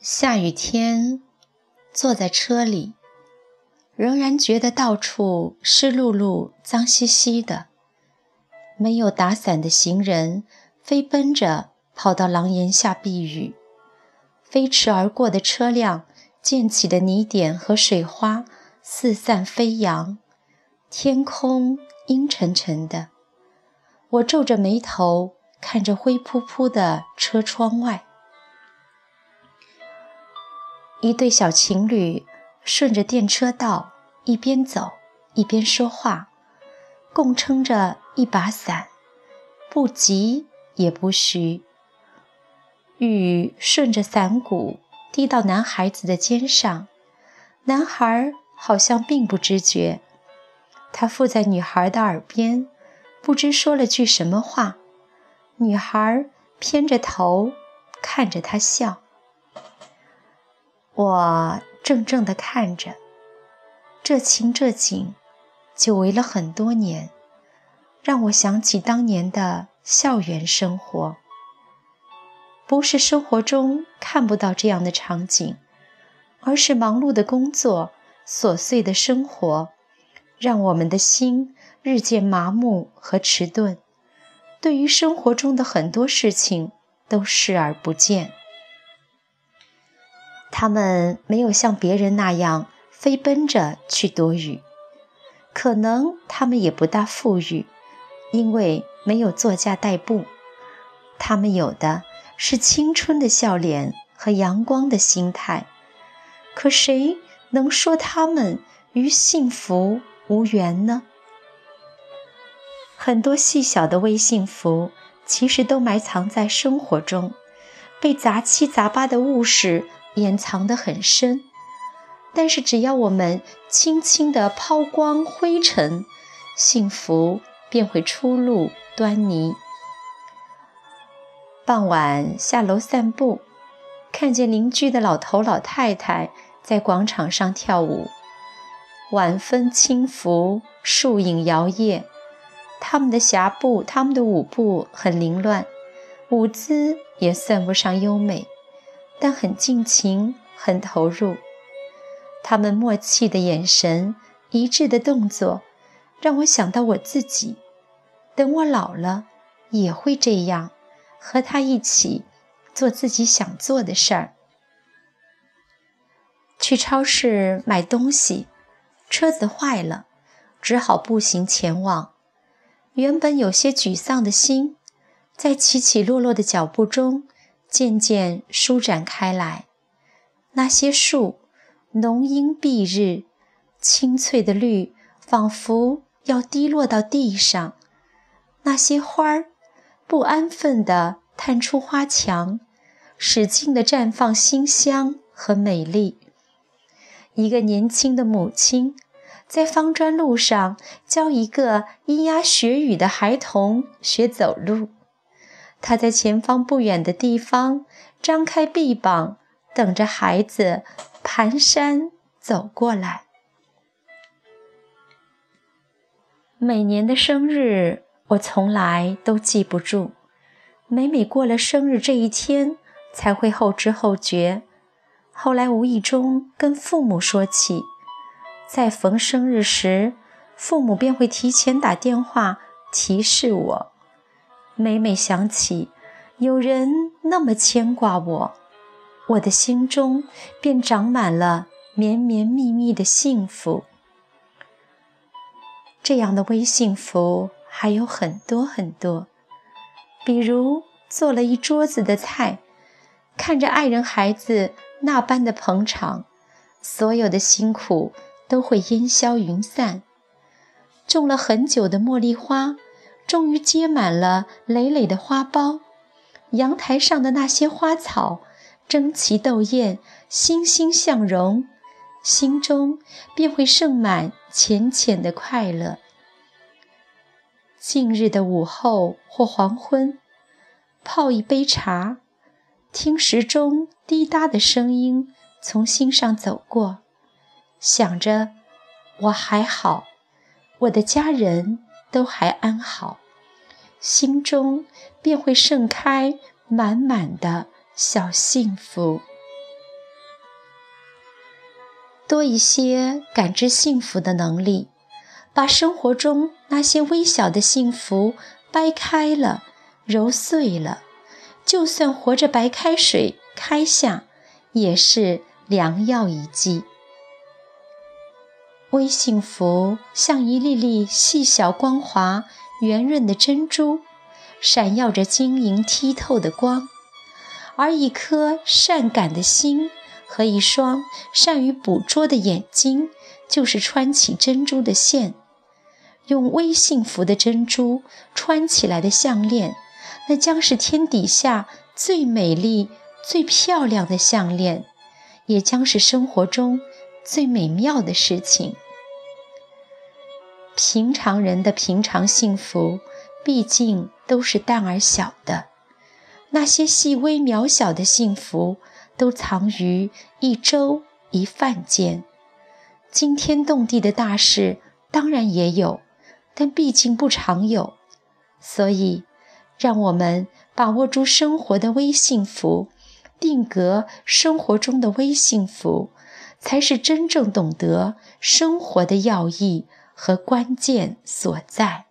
下雨天，坐在车里，仍然觉得到处湿漉漉、脏兮兮的。没有打伞的行人飞奔着跑到廊檐下避雨，飞驰而过的车辆溅起的泥点和水花四散飞扬，天空阴沉沉的。我皱着眉头看着灰扑扑的车窗外，一对小情侣顺着电车道一边走一边说话，共撑着一把伞，不急也不徐。雨顺着伞骨滴到男孩子的肩上，男孩好像并不知觉，他附在女孩的耳边，不知说了句什么话。女孩偏着头看着他笑。我怔怔地看着，这情这景，久违了很多年，让我想起当年的校园生活。不是生活中看不到这样的场景，而是忙碌的工作、琐碎的生活，让我们的心日渐麻木和迟钝，对于生活中的很多事情都视而不见。他们没有像别人那样飞奔着去躲雨，可能他们也不大富裕，因为没有作家代步。他们有的是青春的笑脸和阳光的心态，可谁能说他们与幸福无缘呢？很多细小的微幸福其实都埋藏在生活中，被杂七杂八的物事掩藏得很深，但是只要我们轻轻地抛光灰尘，幸福便会初露端倪。傍晚下楼散步，看见邻居的老头老太太在广场上跳舞，晚风轻拂，树影摇曳，他们的霞步，他们的舞步很凌乱，舞姿也算不上优美，但很尽情，很投入。他们默契的眼神，一致的动作，让我想到我自己，等我老了也会这样，和他一起做自己想做的事儿。去超市买东西，车子坏了，只好步行前往。原本有些沮丧的心，在起起落落的脚步中渐渐舒展开来。那些树浓荫蔽日，青翠的绿仿佛要滴落到地上，那些花儿不安分地探出花墙，使劲地绽放馨香和美丽。一个年轻的母亲在方砖路上教一个咿呀学语的孩童学走路，她在前方不远的地方张开臂膀，等着孩子蹒跚走过来。每年的生日我从来都记不住，每过了生日这一天才会后知后觉。后来无意中跟父母说起，在逢生日时，父母便会提前打电话提示我。每想起有人那么牵挂我，我的心中便长满了绵绵密密的幸福。这样的微幸福还有很多很多，比如做了一桌子的菜，看着爱人孩子那般的捧场，所有的辛苦都会烟消云散。种了很久的茉莉花终于结满了累累的花苞，阳台上的那些花草争奇斗艳，欣欣向荣，心中便会盛满浅浅的快乐。近日的午后或黄昏，泡一杯茶，听时钟滴答的声音从心上走过，想着我还好，我的家人都还安好，心中便会盛开满满的小幸福。 多一些感知幸福的能力，把生活中那些微小的幸福掰开了，揉碎了，就算活着白开水开下，也是良药一剂。微幸福像一粒粒细小光滑圆润的珍珠，闪耀着晶莹剔透的光，而一颗善感的心和一双善于捕捉的眼睛，就是穿起珍珠的线。用微幸福的珍珠穿起来的项链，那将是天底下最美丽最漂亮的项链，也将是生活中最美妙的事情。平常人的平常幸福毕竟都是淡而小的，那些细微渺小的幸福都藏于一粥一饭间。惊天动地的大事当然也有，但毕竟不常有，所以让我们把握住生活的微幸福，定格生活中的微幸福，才是真正懂得生活的要义和关键所在。